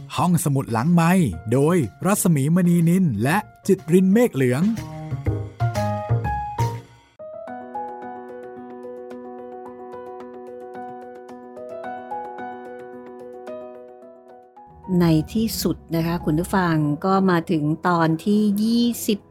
ห้องสมุดหลังไมค์โดยรัศมีมณีนินและจิตรินเมฆเหลืองในที่สุดนะคะคุณผู้ฟังก็มาถึงตอนที่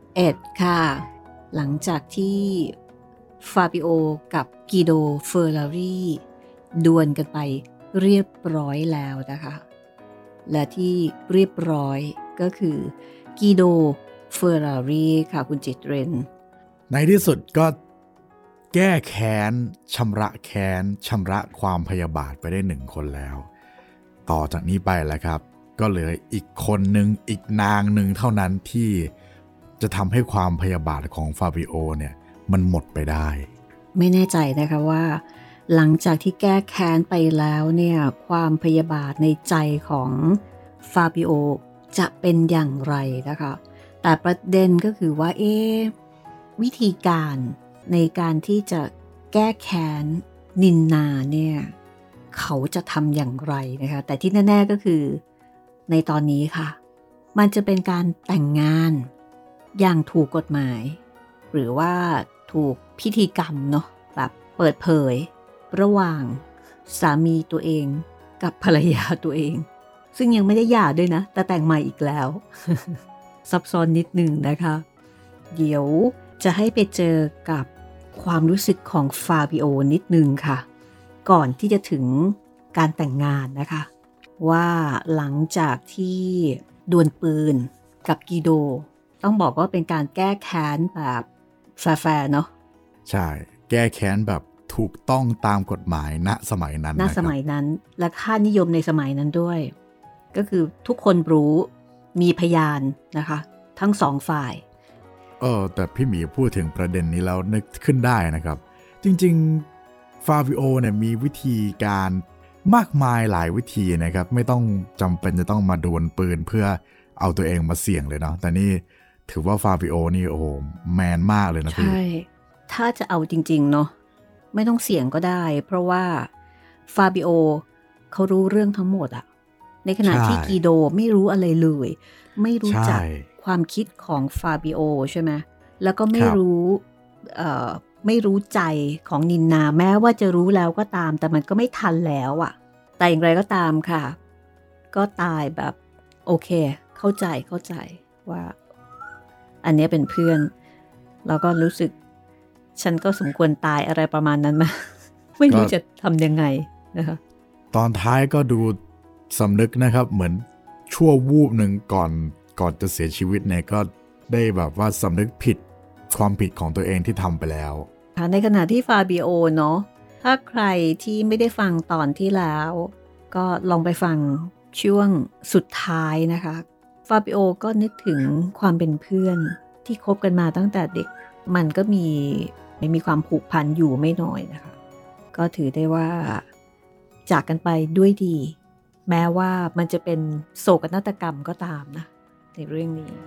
21ค่ะหลังจากที่ฟาบิโอกับกิโดเฟอร์รารี่ดวลกันไปเรียบร้อยแล้วนะคะและที่เรียบร้อยก็คือกิโดเฟอร์รารี่ค่ะคุณจิตเรนในที่สุดก็แก้แค้นชำระแค้นชำระความพยาบาทไปได้1คนแล้วต่อจากนี้ไปแล้วครับก็เหลืออีกคนหนึ่งอีกนางหนึ่งเท่านั้นที่จะทำให้ความพยาบาทของฟาบิโอเนี่ยมันหมดไปได้ไม่แน่ใจนะคะว่าหลังจากที่แก้แค้นไปแล้วเนี่ยความพยาบาทในใจของฟาบิโอจะเป็นอย่างไรนะคะแต่ประเด็นก็คือว่าวิธีการในการที่จะแก้แค้นนินนาเนี่ยเขาจะทำอย่างไรนะคะแต่ที่แน่ๆก็คือในตอนนี้ค่ะมันจะเป็นการแต่งงานอย่างถูกกฎหมายหรือว่าถูกพิธีกรรมเนาะแบบเปิดเผยระหว่างสามีตัวเองกับภรรยาตัวเองซึ่งยังไม่ได้หย่าด้วยนะแต่แต่งใหม่อีกแล้ว ซับซ้อนนิดนึงนะคะเดี๋ยวจะให้ไปเจอกับความรู้สึกของฟาบิโอนิดนึงค่ะก่อนที่จะถึงการแต่งงานนะคะว่าหลังจากที่ดวลปืนกับกิโดต้องบอกว่าเป็นการแก้แค้นแบบแฟร์ๆเนาะใช่แก้แค้นแบบถูกต้องตามกฎหมายณสมัยนั้นณสมัยนั้นและค่านิยมในสมัยนั้นด้วยก็คือทุกคนรู้มีพยานนะคะทั้งสองฝ่ายแต่พี่หมีพูดถึงประเด็นนี้แล้วนึกขึ้นได้นะครับจริงๆฟาบิโอเนี่ยมีวิธีการมากมายหลายวิธีนะครับไม่ต้องจำเป็นจะต้องมาดวลปืนเพื่อเอาตัวเองมาเสี่ยงเลยเนาะแต่นี่ถือว่าฟาบิโอนี่โอ้โหแมนมากเลยนะพี่ใช่ถ้าจะเอาจริงๆเนาะไม่ต้องเสี่ยงก็ได้เพราะว่าฟาบิโอเขารู้เรื่องทั้งหมดอะในขณะที่กิโดไม่รู้อะไรเลยไม่รู้จักความคิดของฟาบิโอใช่ไหมแล้วก็ไม่รู้ใจของนินนาแม้ว่าจะรู้แล้วก็ตามแต่มันก็ไม่ทันแล้วอะแต่อย่างไรก็ตามค่ะก็ตายแบบโอเคเข้าใจว่าอันนี้เป็นเพื่อนแล้วก็รู้สึกฉันก็สมควรตายอะไรประมาณนั้นมา ไม่รู้จะทำยังไงนะคะตอนท้ายก็ดูสำนึกนะครับเหมือนชั่ววูบหนึ่งก่อนจะเสียชีวิตเนี่ยก็ได้แบบว่าสำนึกผิดความผิดของตัวเองที่ทำไปแล้วในขณะที่ฟาบิโอเนาะถ้าใครที่ไม่ได้ฟังตอนที่แล้วก็ลองไปฟังช่วงสุดท้ายนะคะฟาบิโอก็นึกถึงความเป็นเพื่อนที่คบกันมาตั้งแต่เด็กมันก็มีความผูกพันอยู่ไม่น้อยนะคะก็ถือได้ว่าจากกันไปด้วยดีแม้ว่ามันจะเป็นโศกนาฏกรรมก็ตามนะในเรื่องนี้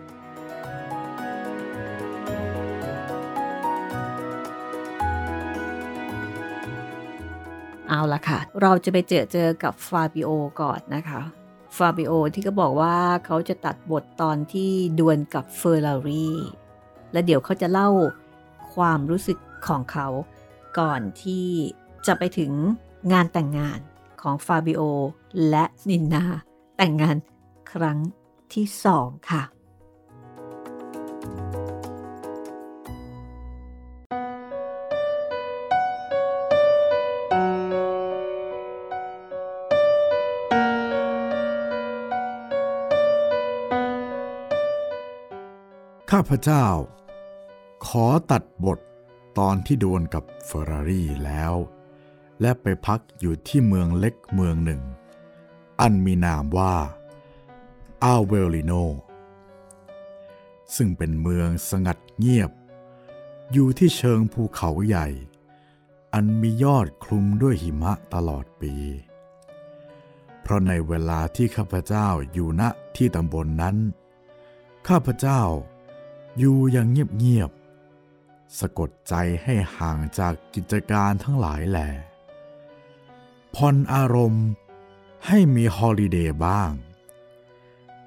เอาล่ะค่ะเราจะไปเจอกับฟาบิโอก่อนนะคะฟาบิโอที่ก็บอกว่าเขาจะตัดบทตอนที่ดวลกับเฟอร์รารี่และเดี๋ยวเขาจะเล่าความรู้สึกของเขาก่อนที่จะไปถึงงานแต่งงานของฟาบิโอและนินนาแต่งงานครั้งที่2ค่ะข้าพเจ้าขอตัดบทตอนที่ดวลกับเฟอร์รารี่แล้วและไปพักอยู่ที่เมืองเล็กเมืองหนึ่งอันมีนามว่าอาเวลิโนซึ่งเป็นเมืองสงัดเงียบอยู่ที่เชิงภูเขาใหญ่อันมียอดคลุมด้วยหิมะตลอดปีเพราะในเวลาที่ข้าพเจ้าอยู่ณที่ตำบลนั้นข้าพเจ้าอยู่อย่างเงียบๆสะกดใจให้ห่างจากกิจการทั้งหลายแหล่ผ่อนอารมณ์ให้มีฮอลิเดย์บ้าง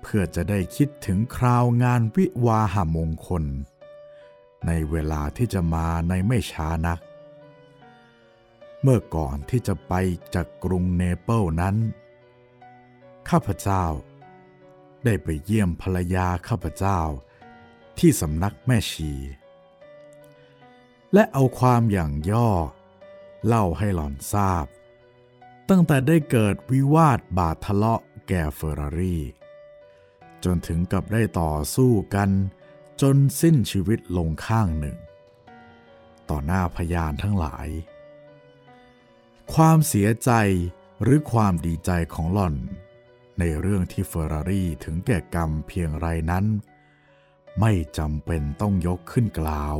เพื่อจะได้คิดถึงคราวงานวิวาหมงคลในเวลาที่จะมาในไม่ช้านักเมื่อก่อนที่จะไปจากกรุงเนเปิลนั้นข้าพเจ้าได้ไปเยี่ยมภรรยาข้าพเจ้าที่สำนักแม่ชีและเอาความอย่างย่อเล่าให้หล่อนทราบตั้งแต่ได้เกิดวิวาทบาดทะเลาะแก่เฟอร์รารี่จนถึงกับได้ต่อสู้กันจนสิ้นชีวิตลงข้างหนึ่งต่อหน้าพยานทั้งหลายความเสียใจหรือความดีใจของหล่อนในเรื่องที่เฟอร์รารี่ถึงแก่กรรมเพียงไรนั้นไม่จำเป็นต้องยกขึ้นกล่าว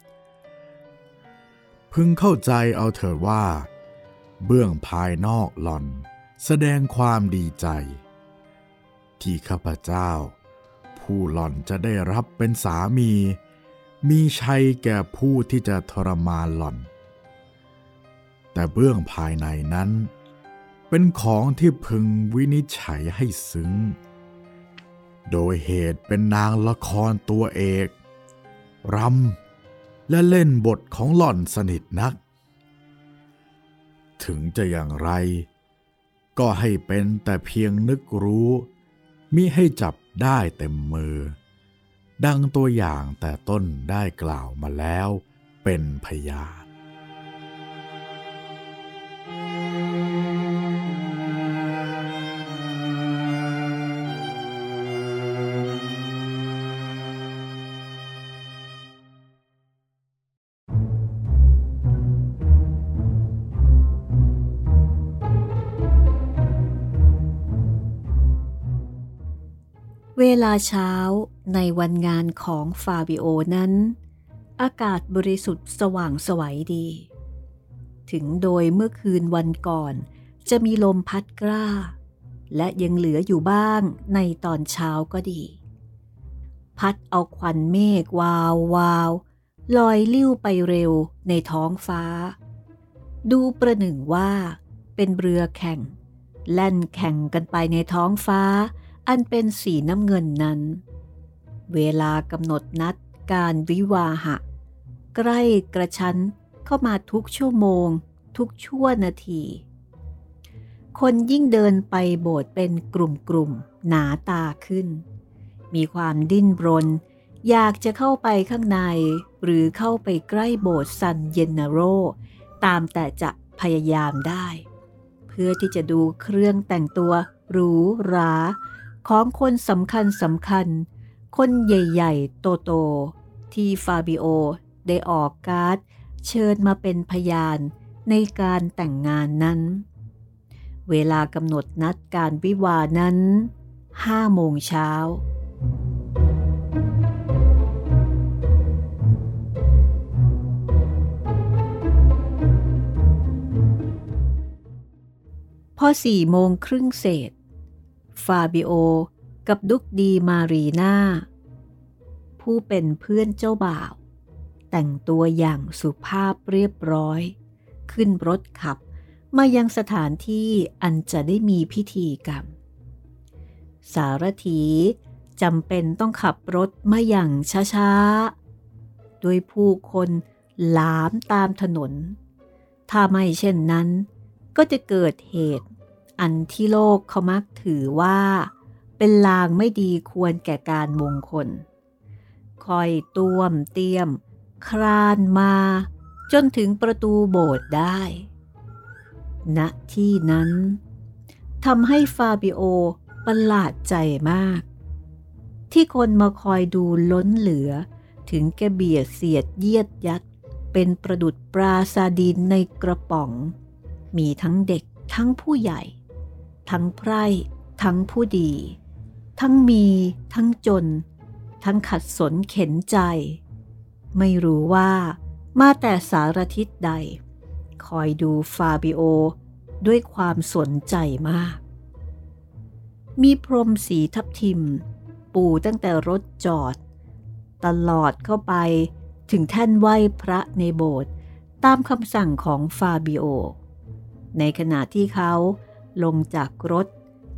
พึงเข้าใจเอาเถิดว่าเบื้องภายนอกหล่อนแสดงความดีใจที่ข้าพเจ้าผู้หล่อนจะได้รับเป็นสามีชัยแก่ผู้ที่จะทรมานหล่อนแต่เบื้องภายในนั้นเป็นของที่พึงวินิจฉัยให้ซึ้งโดยเหตุเป็นนางละครตัวเอกรำและเล่นบทของหล่อนสนิทนักถึงจะอย่างไรก็ให้เป็นแต่เพียงนึกรู้มิให้จับได้เต็มมือดังตัวอย่างแต่ต้นได้กล่าวมาแล้วเป็นพยานเวลาเช้าในวันงานของฟาบิโอนั้นอากาศบริสุทธิ์สว่างไสวดีถึงโดยเมื่อคืนวันก่อนจะมีลมพัดกล้าและยังเหลืออยู่บ้างในตอนเช้าก็ดีพัดเอาควันเมฆวาวลอยลิ่วไปเร็วในท้องฟ้าดูประหนึ่งว่าเป็นเรือแข่งแล่นแข่งกันไปในท้องฟ้าอันเป็นสีน้ำเงินนั้นเวลากำหนดนัดการวิวาหะใกล้กระชั้นเข้ามาทุกชั่วโมงทุกชั่วนาทีคนยิ่งเดินไปโบสถ์เป็นกลุ่มๆหนาตาขึ้นมีความดิ้นรนอยากจะเข้าไปข้างในหรือเข้าไปใกล้โบสถ์ซันเยนนาโรตามแต่จะพยายามได้เพื่อที่จะดูเครื่องแต่งตัวหรูหราของคนสำคัญคนใหญ่ๆโตๆที่ฟาบิโอได้ออกการ์ดเชิญมาเป็นพยานในการแต่งงานนั้นเวลากำหนดนัดการวิวาห์นั้น5 โมงเช้าพอ4 โมงครึ่งเศษฟาบิโอกับดุกดีมารีนาผู้เป็นเพื่อนเจ้าบ่าวแต่งตัวอย่างสุภาพเรียบร้อยขึ้นรถขับมายังสถานที่อันจะได้มีพิธีกรรมสารถีจำเป็นต้องขับรถมาอย่างช้าๆด้วยผู้คนหลามตามถนนถ้าไม่เช่นนั้นก็จะเกิดเหตุอันที่โลกเขามักถือว่าเป็นลางไม่ดีควรแก่การมงคลคอยต้วมเตี้ยมคลานมาจนถึงประตูโบสถ์ได้ณที่นั้นทำให้ฟาบิโอประหลาดใจมากที่คนมาคอยดูล้นเหลือถึงแกเบียดเสียดเยียดยัดเป็นประดุจปลาซาดีนในกระป๋องมีทั้งเด็กทั้งผู้ใหญ่ทั้งไพร่ทั้งผู้ดีทั้งมีทั้งจนทั้งขัดสนเข็นใจไม่รู้ว่ามาแต่สารทิศใดคอยดูฟาบิโอด้วยความสนใจมากมีพรมสีทับทิมปูตั้งแต่รถจอดตลอดเข้าไปถึงแท่นไหว้พระในโบสถ์ตามคำสั่งของฟาบิโอในขณะที่เขาลงจากรถ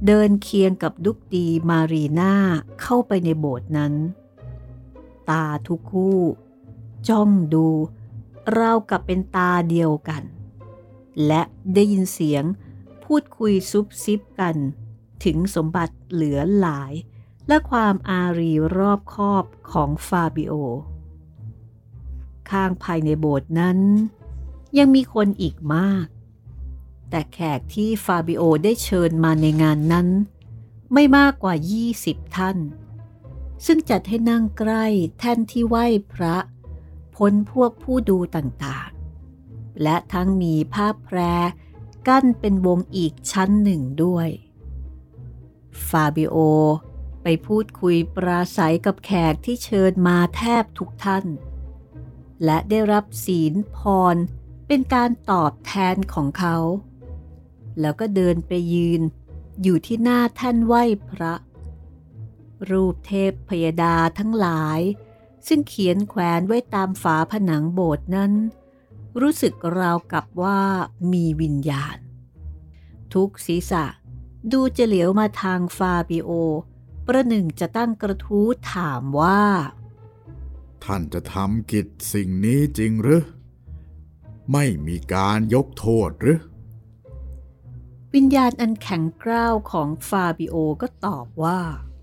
เดินเคียงกับดุกดีมารีนาเข้าไปในโบสถ์นั้นตาทุกคู่จ้องดูราวกับเป็นตาเดียวกันและได้ยินเสียงพูดคุยซุบซิบกันถึงสมบัติเหลือหลายและความอารีรอบคอบของฟาบิโอข้างภายในโบสถ์นั้นยังมีคนอีกมากแต่แขกที่ฟาบิโอได้เชิญมาในงานนั้นไม่มากกว่า20 ท่านซึ่งจัดให้นั่งใกล้แท่นที่ไหว้พระพ้นพวกผู้ดูต่างๆและทั้งมีผ้าแพรกั้นเป็นวงอีกชั้นหนึ่งด้วยฟาบิโอไปพูดคุยปราศัยกับแขกที่เชิญมาแทบทุกท่านและได้รับศีลพรเป็นการตอบแทนของเขาแล้วก็เดินไปยืนอยู่ที่หน้าแท่นไหว้พระรูปเทพพยดาทั้งหลายซึ่งเขียนแขวนไว้ตามฝาผนังโบสถ์นั้นรู้สึกราวกับว่ามีวิญญาณทุกศีรษะดูจะเหลียวมาทางฟาบิโอประหนึ่งจะตั้งกระทู้ถามว่าท่านจะทำกิจสิ่งนี้จริงหรือไม่มีการยกโทษหรือวิญญาณอันแข็งกร้าวของฟาบิโอก็ตอบว่า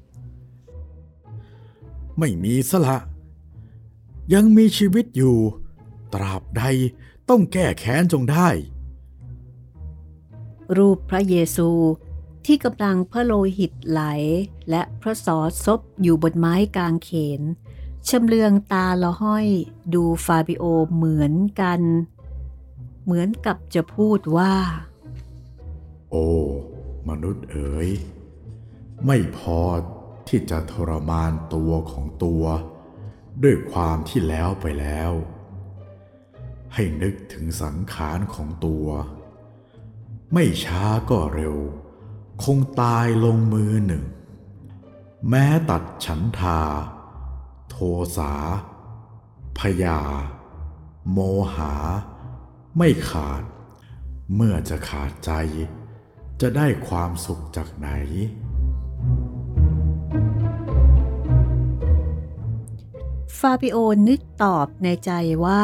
ไม่มีซะละยังมีชีวิตอยู่ตราบใดต้องแก้แค้นจงได้รูปพระเยซูที่กำลังพระโลหิตไหลและพระศรซบอยู่บนไม้กางเขนชำเลืองตาละห้อยดูฟาบิโอเหมือนกันเหมือนกับจะพูดว่าโอ้มนุษย์เอ๋ยไม่พอที่จะทรมานตัวของตัวด้วยความที่แล้วไปแล้วให้นึกถึงสังขารของตัวไม่ช้าก็เร็วคงตายลงมือหนึ่งแม้ตัดฉันทาโทสาพยาโมหาไม่ขาดเมื่อจะขาดใจจะได้ความสุขจากไหนฟาบิโอนึกตอบในใจว่า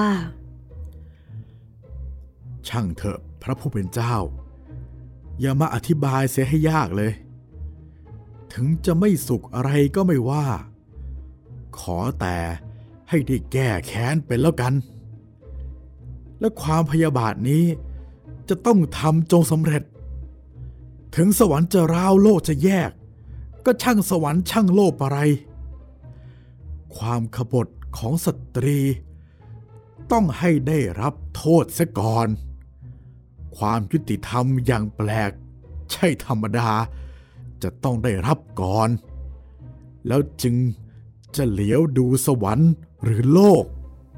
ช่างเถอะพระผู้เป็นเจ้าอย่ามาอธิบายเสียให้ยากเลยถึงจะไม่สุขอะไรก็ไม่ว่าขอแต่ให้ได้แก้แค้นเป็นแล้วกันและความพยาบาทนี้จะต้องทำจงสำเร็จถึงสวรรค์จะร้าวโลกจะแยกก็ช่างสวรรค์ช่างโลกอะไรความขบฏของสตรีต้องให้ได้รับโทษเสียก่อนความยุติธรรมอย่างแปลกใช่ธรรมดาจะต้องได้รับก่อนแล้วจึงจะเหลียวดูสวรรค์หรือโลก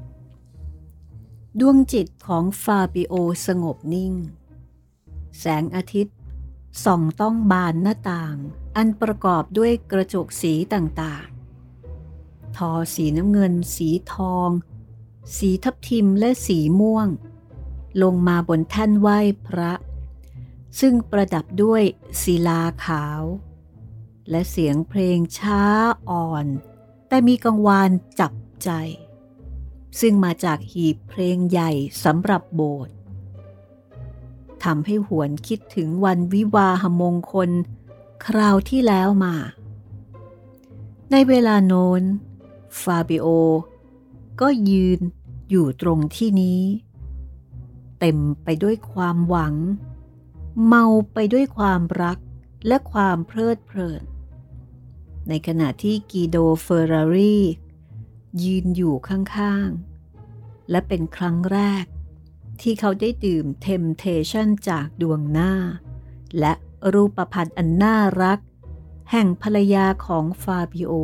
ดวงจิตของฟาบิโอสงบนิ่งแสงอาทิตย์ส่องต้องบานหน้าต่างอันประกอบด้วยกระจกสีต่างๆทอสีน้ำเงินสีทองสีทับทิมและสีม่วงลงมาบนแท่นไหว้พระซึ่งประดับด้วยศิลาขาวและเสียงเพลงช้าอ่อนแต่มีกังวานจับใจซึ่งมาจากหีบเพลงใหญ่สำหรับโบสถ์ทำให้หวนคิดถึงวันวิวาหมงคลคราวที่แล้วมาในเวลาโน้นฟาบิโอก็ยืนอยู่ตรงที่นี้เต็มไปด้วยความหวังเมาไปด้วยความรักและความเพลิดเพลินในขณะที่กีโดเฟอร์รารียืนอยู่ข้างๆและเป็นครั้งแรกที่เขาได้ดื่มเทมเทชันจากดวงหน้าและรูปพรรณอันน่ารักแห่งภรรยาของฟาบิโอ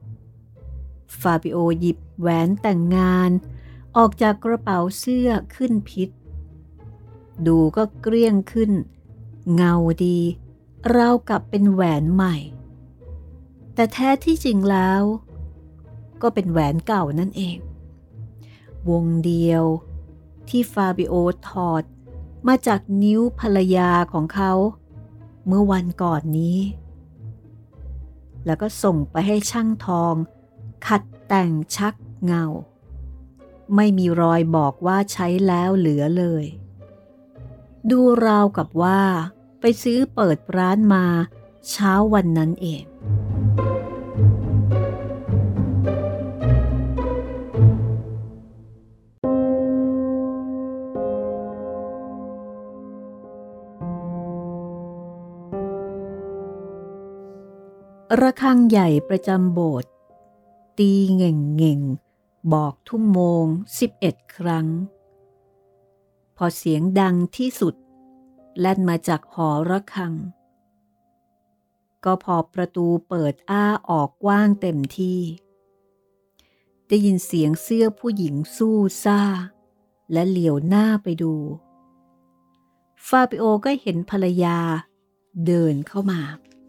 หยิบแหวนแต่งงานออกจากกระเป๋าเสื้อขึ้นพิษดูก็เกลี้ยงขึ้นเงาดีราวกับเป็นแหวนใหม่แต่แท้ที่จริงแล้วก็เป็นแหวนเก่านั่นเองวงเดียวที่ฟาบิโอถอดมาจากนิ้วภรรยาของเขาเมื่อวันก่อนนี้แล้วก็ส่งไปให้ช่างทองขัดแต่งชักเงาไม่มีรอยบอกว่าใช้แล้วเหลือเลยดูราวกับว่าไปซื้อเปิดร้านมาเช้าวันนั้นเองระฆังใหญ่ประจำโบสถ์ตีเง่งๆบอกทุ่มโมง11 ครั้งพอเสียงดังที่สุดแล่นมาจากหอระฆังก็พอประตูเปิดอ้าออกกว้างเต็มที่ได้ยินเสียงเสื้อผู้หญิงสู้ซ่าและเหลียวหน้าไปดูฟาบิโอก็เห็นภรรยาเดินเข้ามา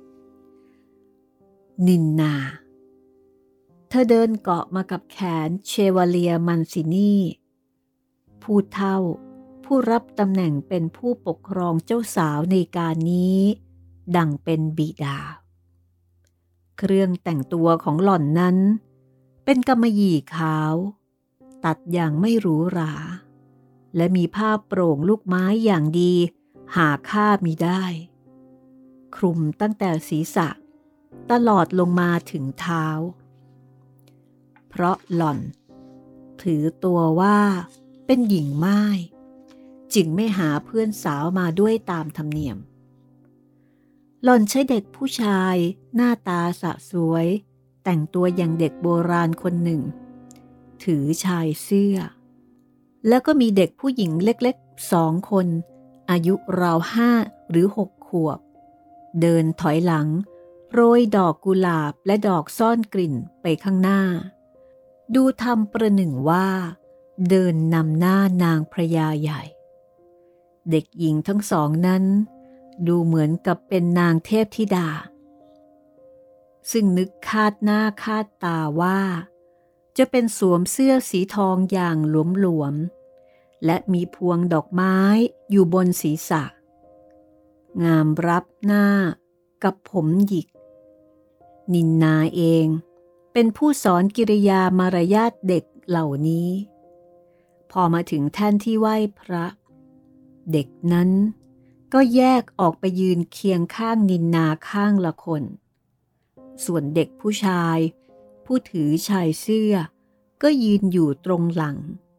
นินนาเธอเดินเกาะมากับแขนเชวาเลียมันซินีผู้เฒ่าผู้รับตำแหน่งเป็นผู้ปกครองเจ้าสาวในการนี้ดังเป็นบิดาเครื่องแต่งตัวของหล่อนนั้นเป็นกำมะหยี่ขาวตัดอย่างไม่หรูหราและมีผ้าโปร่งลูกไม้อย่างดีหาค่ามิได้คลุมตั้งแต่ศีรษะตลอดลงมาถึงเท้าเพราะหล่อนถือตัวว่าเป็นหญิงม่ายจึงไม่หาเพื่อนสาวมาด้วยตามธรรมเนียมหล่อนใช้เด็กผู้ชายหน้าตาสะสวยแต่งตัวอย่างเด็กโบราณคนหนึ่งถือชายเสื้อแล้วก็มีเด็กผู้หญิงเล็กๆ2 คนอายุราว5 หรือ 6 ขวบเดินถอยหลังโรยดอกกุหลาบและดอกซ่อนกลิ่นไปข้างหน้าดูทำประหนึ่งว่าเดินนำหน้านางพระยาใหญ่เด็กหญิงทั้งสองนั้นดูเหมือนกับเป็นนางเทพธิดาซึ่งนึกคาดหน้าคาดตาว่าจะเป็นสวมเสื้อสีทองอย่างหลวมๆและมีพวงดอกไม้อยู่บนศีรษะงามรับหน้ากับผมหยิกนินนาเองเป็นผู้สอนกิริยามารยาทเด็กเหล่านี้พอมาถึงแท่นที่ไหว้พระเด็กนั้นก็แยกออกไปยืนเคียงข้างนินนาข้างละคนส่วนเด็กผู้ชายผู้ถือชายเสื้อก็ยืนอยู่ตรงหลัง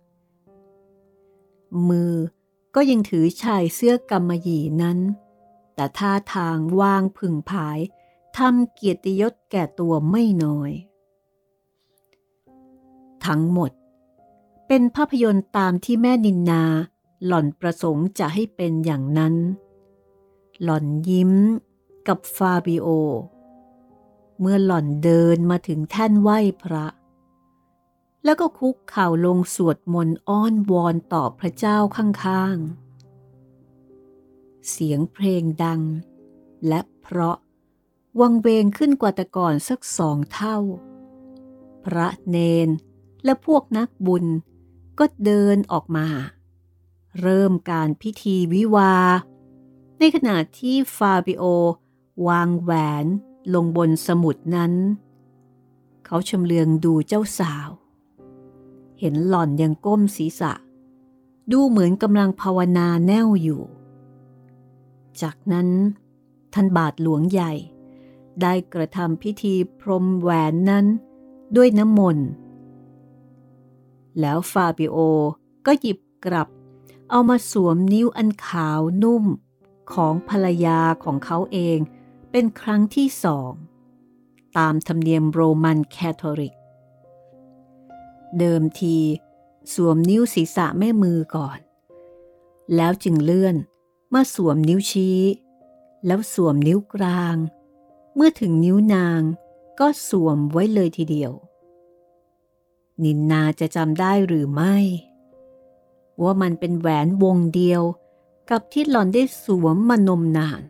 มือก็ยังถือชายเสื้อกำมะหยี่นั้นแต่ท่าทางวางผึ่งผายทำเกียรติยศแก่ตัวไม่น้อยทั้งหมดเป็นภาพยนตร์ตามที่แม่นินนาหล่อนประสงค์จะให้เป็นอย่างนั้นหล่อนยิ้มกับฟาบิโอเมื่อหล่อนเดินมาถึงแท่นไหว้พระแล้วก็คุกเข่าลงสวดมนต์อ้อนวอนต่อพระเจ้าข้างๆเสียงเพลงดังและเพราะวังเวงขึ้นกว่าแต่ก่อนสัก2 เท่าพระเนนและพวกนักบุญก็เดินออกมาเริ่มการพิธีวิวาห์ในขณะที่ฟาบิโอวางแหวนลงบนสมุดนั้นเขาชำเลืองดูเจ้าสาวเห็นหล่อนยังก้มศีรษะดูเหมือนกำลังภาวนาแน่วอยู่จากนั้นท่านบาทหลวงใหญ่ได้กระทำพิธีพรมแหวนนั้นด้วยน้ำมนต์แล้วฟาบิโอก็หยิบกลับเอามาสวมนิ้วอันขาวนุ่มของภรรยาของเขาเองเป็นครั้งที่2ตามธรรมเนียมโรมันแคทอลิกเดิมทีสวมนิ้วศีรษะแม่มือก่อนแล้วจึงเลื่อนมาสวมนิ้วชี้แล้วสวมนิ้วกลางเมื่อถึงนิ้วนางก็สวมไว้เลยทีเดียวนินนาจะจำได้หรือไม่ว่ามันเป็นแหวนวงเดียวกับที่หล่อนได้สวมมานมนาน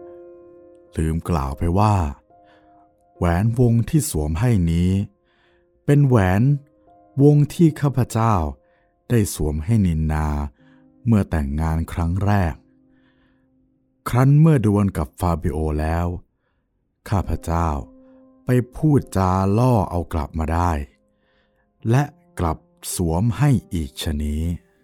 ลืมกล่าวไปว่าแหวนวงที่สวมให้นี้เป็นแหวนวงที่ข้าพเจ้าได้สวมให้นินนาเมื่อแต่งงานครั้งแรกครั้นเมื่อดวลกับฟาบิโอแล้วข้าพเจ้าไปพูดจาล่อเอากลับมาได้และกลับสวมให้อีกชะนี้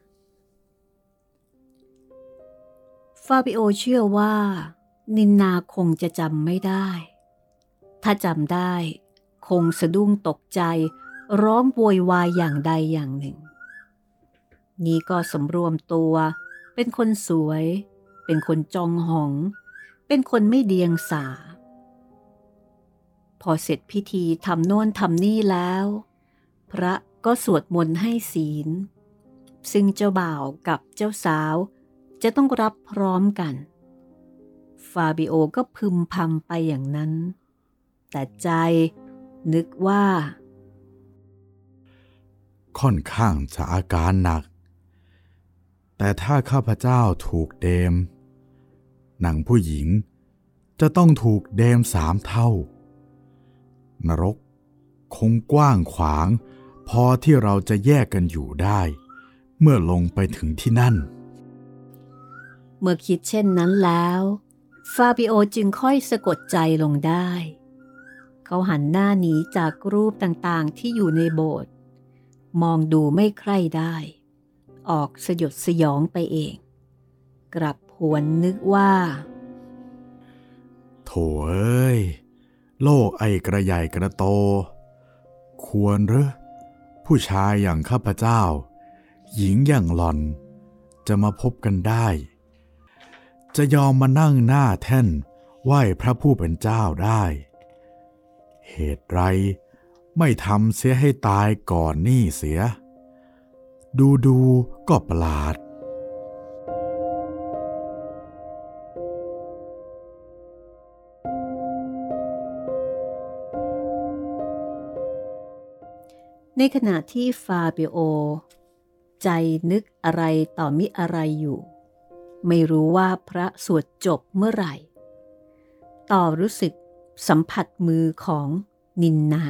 ฟาบิโอเชื่อว่านินนาคงจะจำไม่ได้ถ้าจำได้คงสะดุ้งตกใจร้องโวยวายอย่างใดอย่างหนึ่งนี่ก็สำรวมตัวเป็นคนสวยเป็นคนจองหองเป็นคนไม่เดียงสาพอเสร็จพิธีทำโน่นทำนี่แล้วพระก็สวดมนต์ให้ศีลซึ่งเจ้าบ่าวกับเจ้าสาวจะต้องรับพร้อมกันฟาบิโอก็พึมพำไปอย่างนั้นแต่ใจนึกว่าค่อนข้างจะอาการหนักแต่ถ้าข้าพเจ้าถูกเดมนางผู้หญิงจะต้องถูกเดม3 เท่านรกคงกว้างขวางพอที่เราจะแยกกันอยู่ได้เมื่อลงไปถึงที่นั่นเมื่อคิดเช่นนั้นแล้วฟาบิโอจึงค่อยสะกดใจลงได้เขาหันหน้าหนีจากรูปต่างๆที่อยู่ในโบสถ์มองดูไม่ใคร่ได้ออกสยดสยองไปเองกลับหวนนึกว่าโถ่เอ้ยโลกไอ้กระใหญ่กระโตควรหรือผู้ชายอย่างข้าพเจ้าหญิงอย่างหล่อนจะมาพบกันได้จะยอมมานั่งหน้าแท่นไหว้พระผู้เป็นเจ้าได้เหตุไรไม่ทำเสียให้ตายก่อนนี่เสียดูก็ประหลาดในขณะที่ฟาบิโอใจนึกอะไรต่อมิอะไรอยู่ไม่รู้ว่าพระสวดจบเมื่อไหร่ต่อรู้สึกสัมผัสมือของนินนา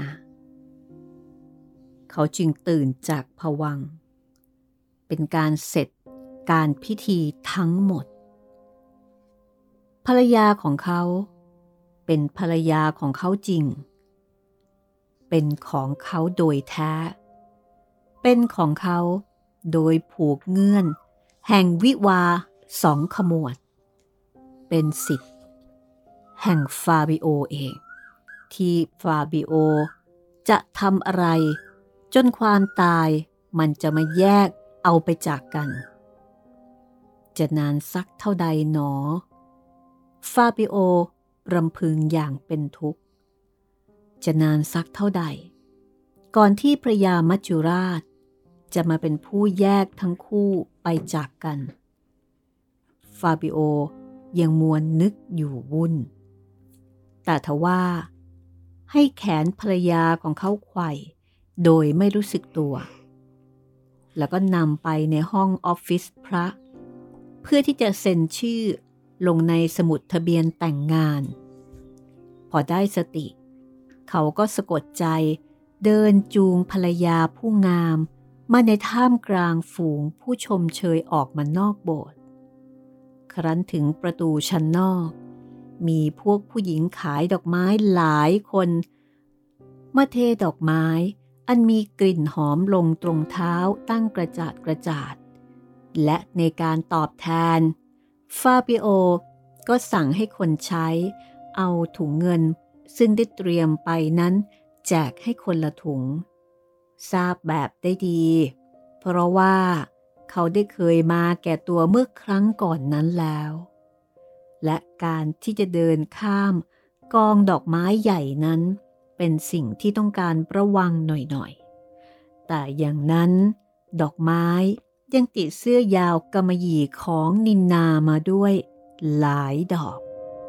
เขาจึงตื่นจากภวังค์เป็นการเสร็จการพิธีทั้งหมดภรรยาของเขาเป็นภรรยาของเขาจริงเป็นของเขาโดยแท้เป็นของเขาโดยผูกเงื่อนแห่งวิวา2 ขมวดเป็นสิทธิ์แห่งฟาบิโอเองที่ฟาบิโอจะทำอะไรจนความตายมันจะมาแยกเอาไปจากกันจะนานสักเท่าใดหนอฟาบิโอรำพึงอย่างเป็นทุกข์จะนานสักเท่าใดก่อนที่พระยามัจจุราชจะมาเป็นผู้แยกทั้งคู่ไปจากกันฟาบิโอยังมัวนึกอยู่วุ่นแต่ทว่าให้แขนภรรยาของเขาไขว่โดยไม่รู้สึกตัวแล้วก็นำไปในห้องออฟฟิศพระเพื่อที่จะเซ็นชื่อลงในสมุดทะเบียนแต่งงานพอได้สติเขาก็สะกดใจเดินจูงภรรยาผู้งามมาในท่ามกลางฝูงผู้ชมเชยออกมานอกโบสถ์ครั้นถึงประตูชั้นนอกมีพวกผู้หญิงขายดอกไม้หลายคนมาเทดอกไม้อันมีกลิ่นหอมลงตรงเท้าตั้งกระจาดและในการตอบแทนฟาบิโอก็สั่งให้คนใช้เอาถุงเงินซึ่งได้เตรียมไปนั้นแจกให้คนละถุงทราบแบบได้ดีเพราะว่าเขาได้เคยมาแก่ตัวเมื่อครั้งก่อนนั้นแล้วและการที่จะเดินข้ามกองดอกไม้ใหญ่นั้นเป็นสิ่งที่ต้องการระวังหน่อยๆแต่อย่างนั้นดอกไม้ยังติดเสื้อยาวกำมะหยี่ของนินนามาด้วยหลายดอก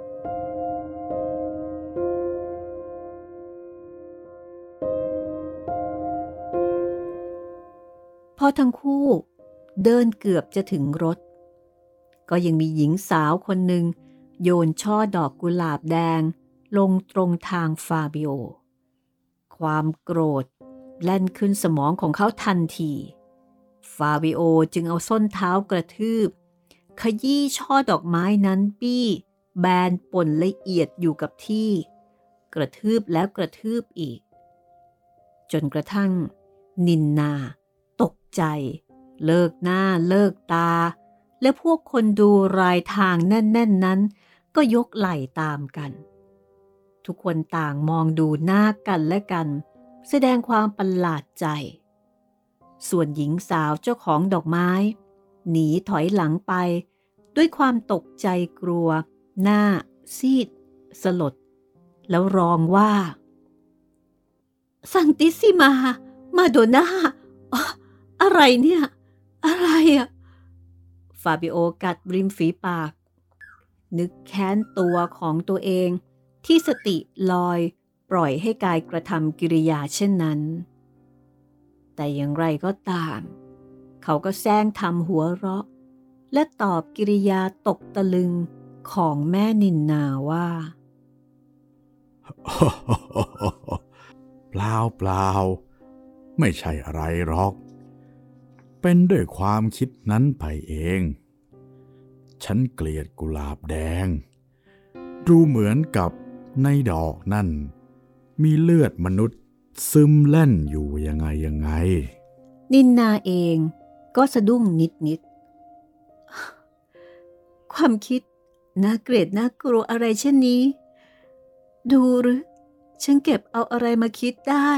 พอทั้งคู่เดินเกือบจะถึงรถก็ยังมีหญิงสาวคนหนึ่งโยนช่อดอกกุหลาบแดงลงตรงทางฟาบิโอความโกรธแล่นขึ้นสมองของเขาทันทีฟาบิโอจึงเอาส้นเท้ากระทืบขยี้ช่อดอกไม้นั้นบี้แบนป่นละเอียดอยู่กับที่กระทืบแล้วกระทืบอีกจนกระทั่งนินนาตกใจเลิกหน้าเลิกตาและพวกคนดูรายทางแน่นๆนั้นก็ยกไหล่ตามกันทุกคนต่างมองดูหน้ากันและกันแสดงความประหลาดใจส่วนหญิงสาวเจ้าของดอกไม้หนีถอยหลังไปด้วยความตกใจกลัวหน้าซีดสลดแล้วร้องว่าซันติซิมามาโดน่าอะไรเนี่ยอะไรอะฟาบิโอกัดริมฝีปากนึกแค้นตัวของตัวเองที่สติลอยปล่อยให้กายกระทำกิริยาเช่นนั้นแต่อย่างไรก็ตามเขาก็แซงทำหัวเราะและตอบกิริยาตกตะลึงของแม่นินนาว่าเปล่าไม่ใช่อะไรหรอกเป็นด้วยความคิดนั้นไปเองฉันเกลียดกุหลาบแดงดูเหมือนกับในดอกนั่นมีเลือดมนุษย์ซึมเล่นอยู่ยังไงนินนาเองก็สะดุ้งนิดความคิดน่าเกลียดน่ากลัวอะไรเช่นนี้ดูหรือฉันเก็บเอาอะไรมาคิดได้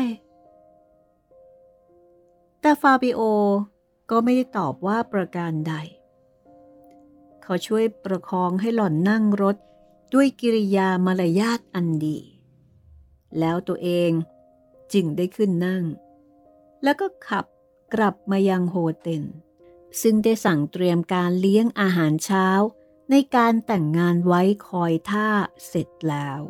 แต่ฟาบิโอก็ไม่ได้ตอบว่าประการใดเขาช่วยประคองให้หล่อนนั่งรถด้วยกิริยามารยาทอันดีแล้วตัวเองจึงได้ขึ้นนั่งแล้วก็ขับกลับมายังโฮเทลซึ่งได้สั่งเตรียมการเลี้ยงอาหารเช้าในการแต่งงานไว้คอยท่าเสร็จแล้ว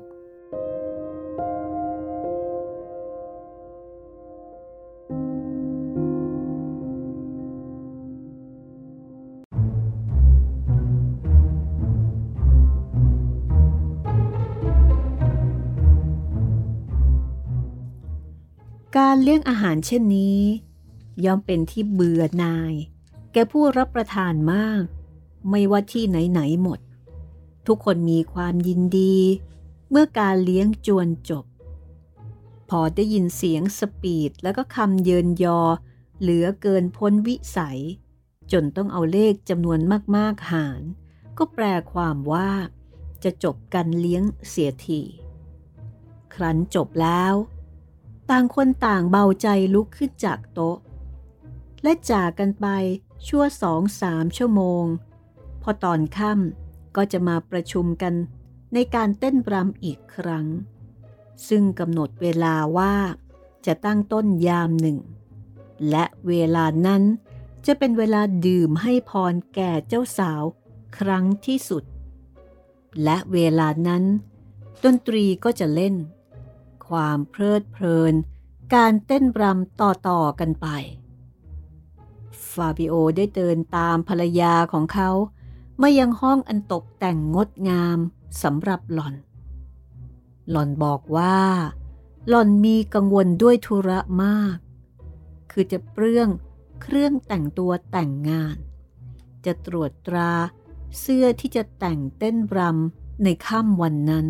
การเลี้ยงอาหารเช่นนี้ย่อมเป็นที่เบื่อหน่ายแก่ผู้รับประทานมากไม่ว่าที่ไหนหมดทุกคนมีความยินดีเมื่อการเลี้ยงจวนจบพอได้ยินเสียงสปีดแล้วก็คำเยินยอเหลือเกินพ้นวิสัยจนต้องเอาเลขจำนวนมากๆหารก็แปลความว่าจะจบกันเลี้ยงเสียทีครั้นจบแล้วต่างคนต่างเบาใจลุกขึ้นจากโต๊ะและจากกันไปชั่ว2-3 ชั่วโมงพอตอนค่ำก็จะมาประชุมกันในการเต้นรำอีกครั้งซึ่งกำหนดเวลาว่าจะตั้งต้นยามหนึ่งและเวลานั้นจะเป็นเวลาดื่มให้พรแก่เจ้าสาวครั้งที่สุดและเวลานั้นดนตรีก็จะเล่นความเพลิดเพลินการเต้นรำต่อกันไปฟาบิโอได้เดินตามภรรยาของเขามายังห้องอันตกแต่งงดงามสำหรับหล่อนบอกว่าหล่อนมีกังวลด้วยธุระมากคือจะเปลื้องเครื่องแต่งตัวแต่งงานจะตรวจตราเสื้อที่จะแต่งเต้นรำในค่ำวันนั้น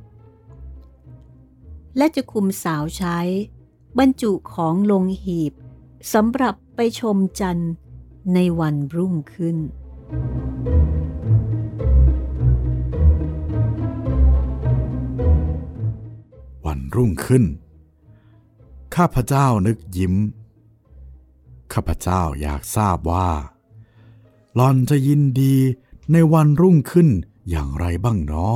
และจะคุมสาวใช้บรรจุของลงหีบสำหรับไปชมจันทร์ในวันรุ่งขึ้นวันรุ่งขึ้นข้าพเจ้านึกยิ้มข้าพเจ้าอยากทราบว่าหล่อนจะยินดีในวันรุ่งขึ้นอย่างไรบ้างน้อ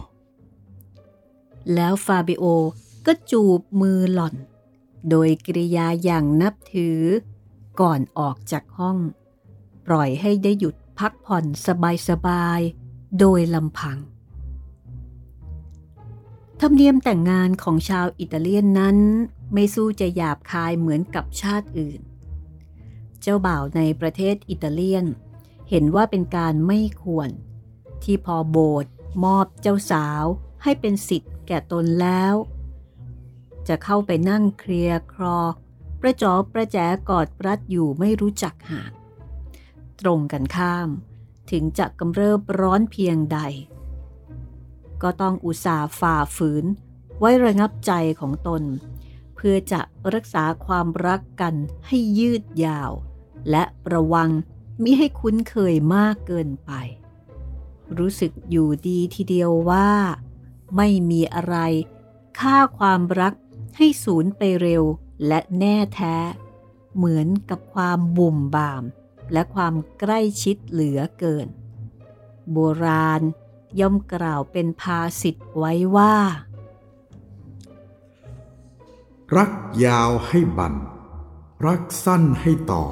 แล้วฟาบิโอก็จูบมือหล่อนโดยกริยาอย่างนับถือก่อนออกจากห้องปล่อยให้ได้หยุดพักผ่อนสบายๆโดยลำพังธรรมเนียมแต่งงานของชาวอิตาเลียนนั้นไม่สู้จะหยาบคายเหมือนกับชาติอื่นเจ้าบ่าวในประเทศอิตาเลียนเห็นว่าเป็นการไม่ควรที่พอโบสถ์มอบเจ้าสาวให้เป็นสิทธิ์แก่ตนแล้วจะเข้าไปนั่งเคลียร์คลอประจอประแจกอดรัดอยู่ไม่รู้จักห่างตรงกันข้ามถึงจะกำเริบร้อนเพียงใดก็ต้องอุตส่าห์ฝ่าฝืนไว้ระงับใจของตนเพื่อจะรักษาความรักกันให้ยืดยาวและระวังมิให้คุ้นเคยมากเกินไปรู้สึกอยู่ดีทีเดียวว่าไม่มีอะไรฆ่าความรักให้สูญไปเร็วและแน่แท้เหมือนกับความบุ่มบ่ามและความใกล้ชิดเหลือเกินโบราณย่อมกล่าวเป็นภาษิตไว้ว่ารักยาวให้บั่นรักสั้นให้ต่อ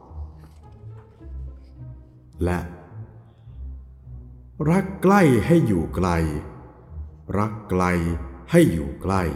และรักใกล้ให้อยู่ไกลรักไกลให้อยู่ใกล้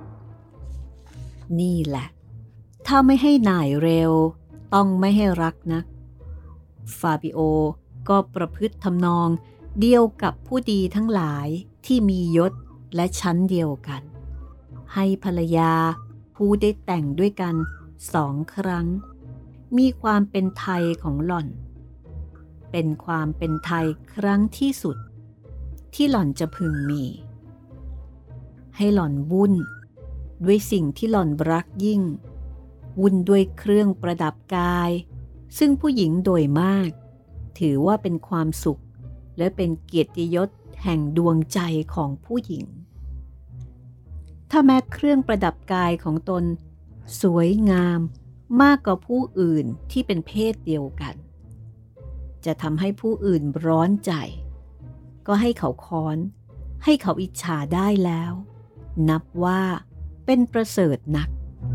นี่แหละถ้าไม่ให้หน่ายเร็วต้องไม่ให้รักนักฟาบิโอก็ประพฤติทำนองเดียวกับผู้ดีทั้งหลายที่มียศและชั้นเดียวกันให้ภรรยาผู้ได้แต่งด้วยกัน2 ครั้งมีความเป็นไทยของหล่อนเป็นความเป็นไทยครั้งที่สุดที่หล่อนจะพึงมีให้หล่อนวุ่นด้วยสิ่งที่หล่อนรักยิ่งวุ่นด้วยเครื่องประดับกายซึ่งผู้หญิงโดยมากถือว่าเป็นความสุขและเป็นเกียรติยศแห่งดวงใจของผู้หญิงถ้าแม้เครื่องประดับกายของตนสวยงามมากกว่าผู้อื่นที่เป็นเพศเดียวกันจะทำให้ผู้อื่นร้อนใจก็ให้เขาค้อนให้เขาอิจฉาได้แล้วนับว่าเป็นประเสริฐนัก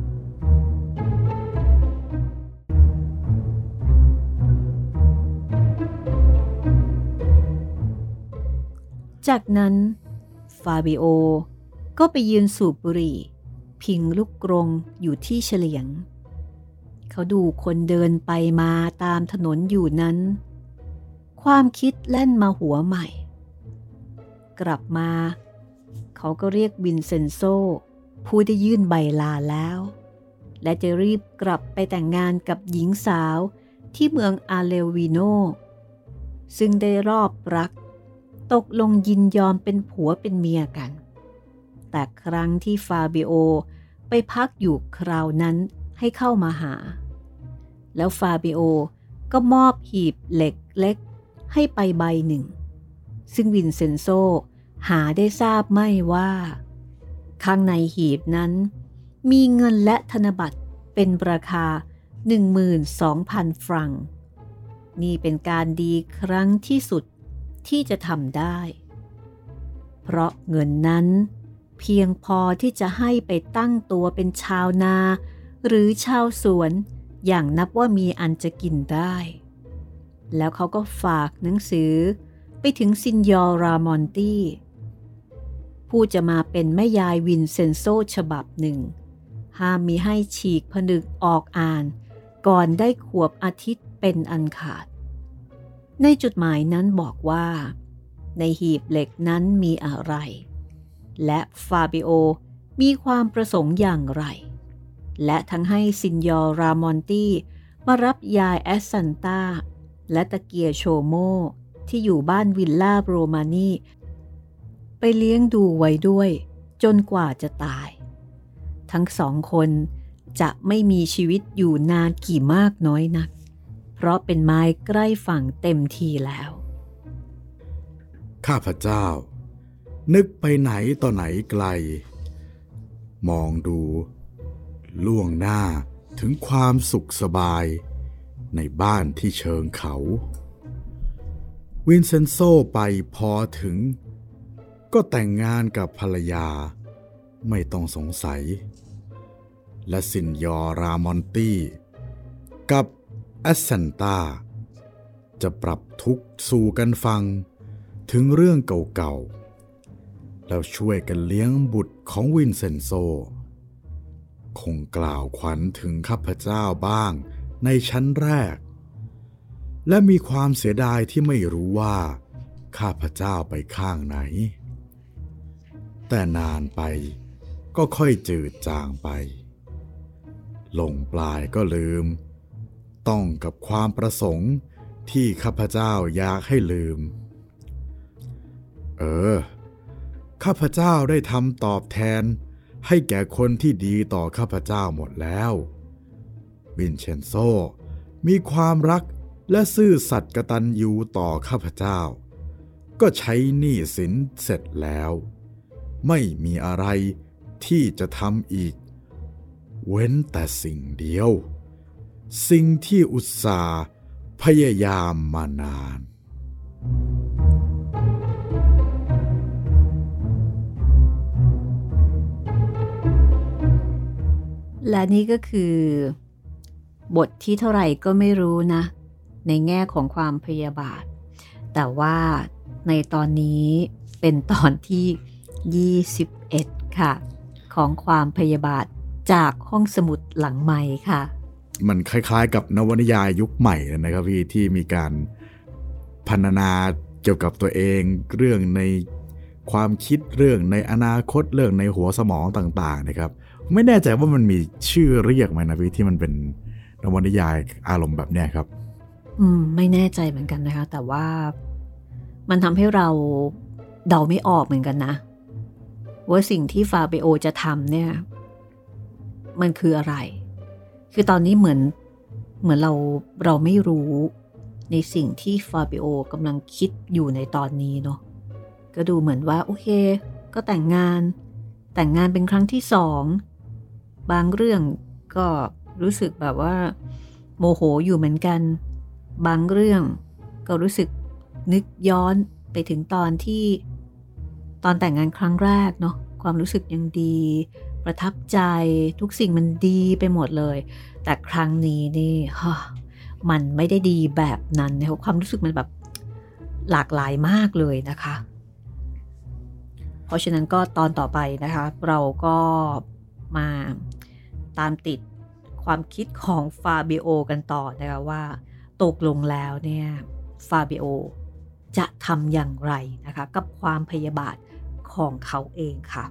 จากนั้นฟาบิโอก็ไปยืนสูบบุหรี่พิงลูกกรงอยู่ที่เฉลียงเขาดูคนเดินไปมาตามถนนอยู่นั้นความคิดแล่นมาหัวใหม่กลับมาเขาก็เรียกวินเซนโซผู้ได้ยื่นใบลาแล้วและจะรีบกลับไปแต่งงานกับหญิงสาวที่เมืองอาเลวิโนซึ่งได้รอบรักตกลงยินยอมเป็นผัวเป็นเมียกันแต่ครั้งที่ฟาบิโอไปพักอยู่คราวนั้นให้เข้ามาหาแล้วฟาบิโอก็มอบหีบเหล็กเล็กให้ไปใบหนึ่งซึ่งวินเซนโซหาได้ทราบไม่ว่าข้างในหีบนั้นมีเงินและธนบัตรเป็นราคา 12,000 ฟรังนี่เป็นการดีครั้งที่สุดที่จะทำได้เพราะเงินนั้นเพียงพอที่จะให้ไปตั้งตัวเป็นชาวนาหรือชาวสวนอย่างนับว่ามีอันจะกินได้แล้วเขาก็ฝากหนังสือไปถึงซินยอร์รามอนตีผู้จะมาเป็นแม่ยายวินเซนโซฉบับหนึ่งห้ามมิให้ฉีกผนึกออกอ่านก่อนได้ขวบอาทิตย์เป็นอันขาดในจดหมายนั้นบอกว่าในหีบเหล็กนั้นมีอะไรและฟาบิโอมีความประสงค์อย่างไรและทั้งให้ซินยอร์รามอนตีมารับยายแอสซันตาและตะเกียโชโมที่อยู่บ้านวิลล่าโรมานีไปเลี้ยงดูไว้ด้วยจนกว่าจะตายทั้ง2 คนจะไม่มีชีวิตอยู่นานกี่มากน้อยนักเพราะเป็นไม้ใกล้ฝั่งเต็มทีแล้วข้าพเจ้านึกไปไหนต่อไหนไกลมองดูล่วงหน้าถึงความสุขสบายในบ้านที่เชิงเขาวินเซนโซไปพอถึงก็แต่งงานกับภรรยาไม่ต้องสงสัยและซินยอร์รามอนตีกับแอสซันตาจะปรับทุกข์สู่กันฟังถึงเรื่องเก่าๆแล้วช่วยกันเลี้ยงบุตรของวินเซนโซคงกล่าวขวัญถึงข้าพเจ้าบ้างในชั้นแรกและมีความเสียดายที่ไม่รู้ว่าข้าพเจ้าไปข้างไหนแต่นานไปก็ค่อยจืดจางไปลงปลายก็ลืมต้องกับความประสงค์ที่ข้าพเจ้าอยากให้ลืมข้าพเจ้าได้ทำตอบแทนให้แก่คนที่ดีต่อข้าพเจ้าหมดแล้ววินเชนโซมีความรักและซื่อสัตย์กตัญญูต่อข้าพเจ้าก็ใช้หนี้สินเสร็จแล้วไม่มีอะไรที่จะทำอีกเว้นแต่สิ่งเดียวสิ่งที่อุตส่าห์พยายามมานานและนี่ก็คือบทที่เท่าไหร่ก็ไม่รู้นะในแง่ของความพยาบาทแต่ว่าในตอนนี้เป็นตอนที่21ค่ะของความพยาบาทจากห้องสมุดหลังใหม่ค่ะมันคล้ายๆกับนวนิยายยุคใหม่นะครับพี่ที่มีการพรรณนาเกี่ยวกับตัวเองเรื่องในความคิดเรื่องในอนาคตเรื่องในหัวสมองต่างๆนะครับไม่แน่ใจว่ามันมีชื่อเรียกไหมนะพี่ที่มันเป็นนวนิยายอารมณ์แบบเนี้ยครับไม่แน่ใจเหมือนกันนะคะแต่ว่ามันทำให้เราเดาไม่ออกเหมือนกันนะว่าสิ่งที่ฟาเบโอจะทำเนี่ยมันคืออะไรคือตอนนี้เหมือนเราไม่รู้ในสิ่งที่ฟาเบโอกำลังคิดอยู่ในตอนนี้เนาะก็ดูเหมือนว่าโอเคก็แต่งงานเป็นครั้งที่2บางเรื่องก็รู้สึกแบบว่าโมโหอยู่เหมือนกันบางเรื่องก็รู้สึกนึกย้อนไปถึงตอนแต่งงานครั้งแรกเนาะความรู้สึกยังดีประทับใจทุกสิ่งมันดีไปหมดเลยแต่ครั้งนี้นี่มันไม่ได้ดีแบบนั้นนะความรู้สึกมันแบบหลากหลายมากเลยนะคะเพราะฉะนั้นก็ตอนต่อไปนะคะเราก็มาตามติดความคิดของฟาบิโอกันต่อนะคะว่าตกลงแล้วเนี่ยฟาบิโอจะทำอย่างไรนะคะกับความพยาบาทของเขาเองค่ะ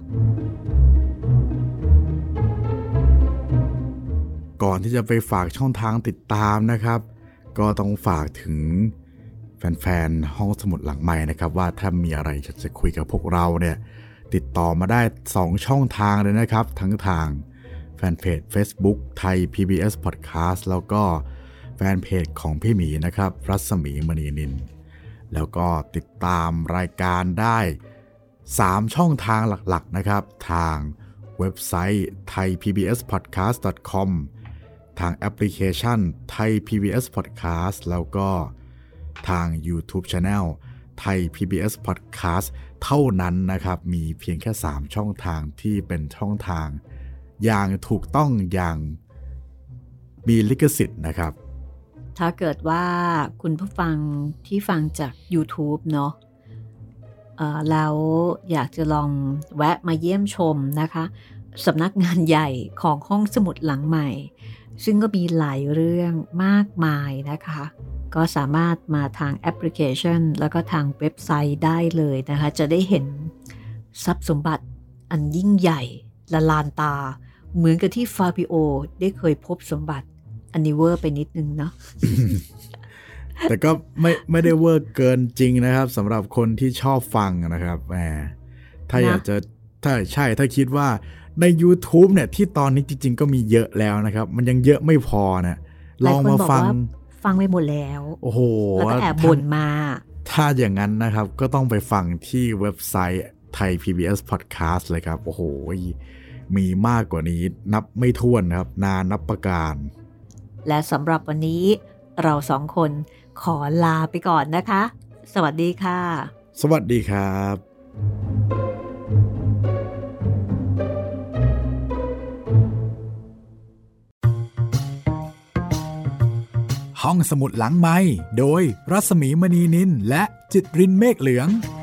ก่อนที่จะไปฝากช่องทางติดตามนะครับก็ต้องฝากถึงแฟนๆห้องสมุดหลังใหม่นะครับว่าถ้ามีอะไรจะคุยกับพวกเราเนี่ยติดต่อมาได้2ช่องทางเลยนะครับทั้งทางแฟนเพจ Facebook ไทย PBS Podcast แล้วก็แฟนเพจของพี่หมีนะครับรัศมีมณีนินแล้วก็ติดตามรายการได้3ช่องทางหลักๆนะครับทางเว็บไซต์ thaipbspodcast.com ทางแอปพลิเคชัน Thai PBS Podcast แล้วก็ทาง YouTube Channel Thai PBS Podcast เท่านั้นนะครับมีเพียงแค่3ช่องทางที่เป็นช่องทางอย่างถูกต้องอย่างมีลิขสิทธิ์นะครับถ้าเกิดว่าคุณผู้ฟังที่ฟังจาก YouTube เนาะแล้วอยากจะลองแวะมาเยี่ยมชมนะคะสำนักงานใหญ่ของห้องสมุดหลังใหม่ซึ่งก็มีหลายเรื่องมากมายนะคะก็สามารถมาทางแอปพลิเคชันแล้วก็ทางเว็บไซต์ได้เลยนะคะจะได้เห็นทรัพย์สมบัติอันยิ่งใหญ่ละลานตาเหมือนกับที่ฟาบิโอได้เคยพบสมบัติอันนี้เวอร์ไปนิดนึงเนาะแต่ก็ไม่ได้เวอร์เกินจริงนะครับสำหรับคนที่ชอบฟังนะครับถ้าอยากจะถ้าคิดว่าใน YouTube เนี่ยที่ตอนนี้จริงๆก็มีเยอะแล้วนะครับมันยังเยอะไม่พอนะลองมาฟังไปหมดแล้วโอ้โหแล้วก็แอบบ่นมาถ้าอย่างนั้นนะครับก็ต้องไปฟังที่เว็บไซต์ไทย PBS Podcast เลยครับโอ้โหมีมากกว่านี้นับไม่ถ้วนนะครับนานนับประการและสำหรับวันนี้เรา2คนขอลาไปก่อนนะคะสวัสดีค่ะสวัสดีครับห้องสมุดหลังไมค์โดยรัศมีมณีนินและจิตรินเมฆเหลือง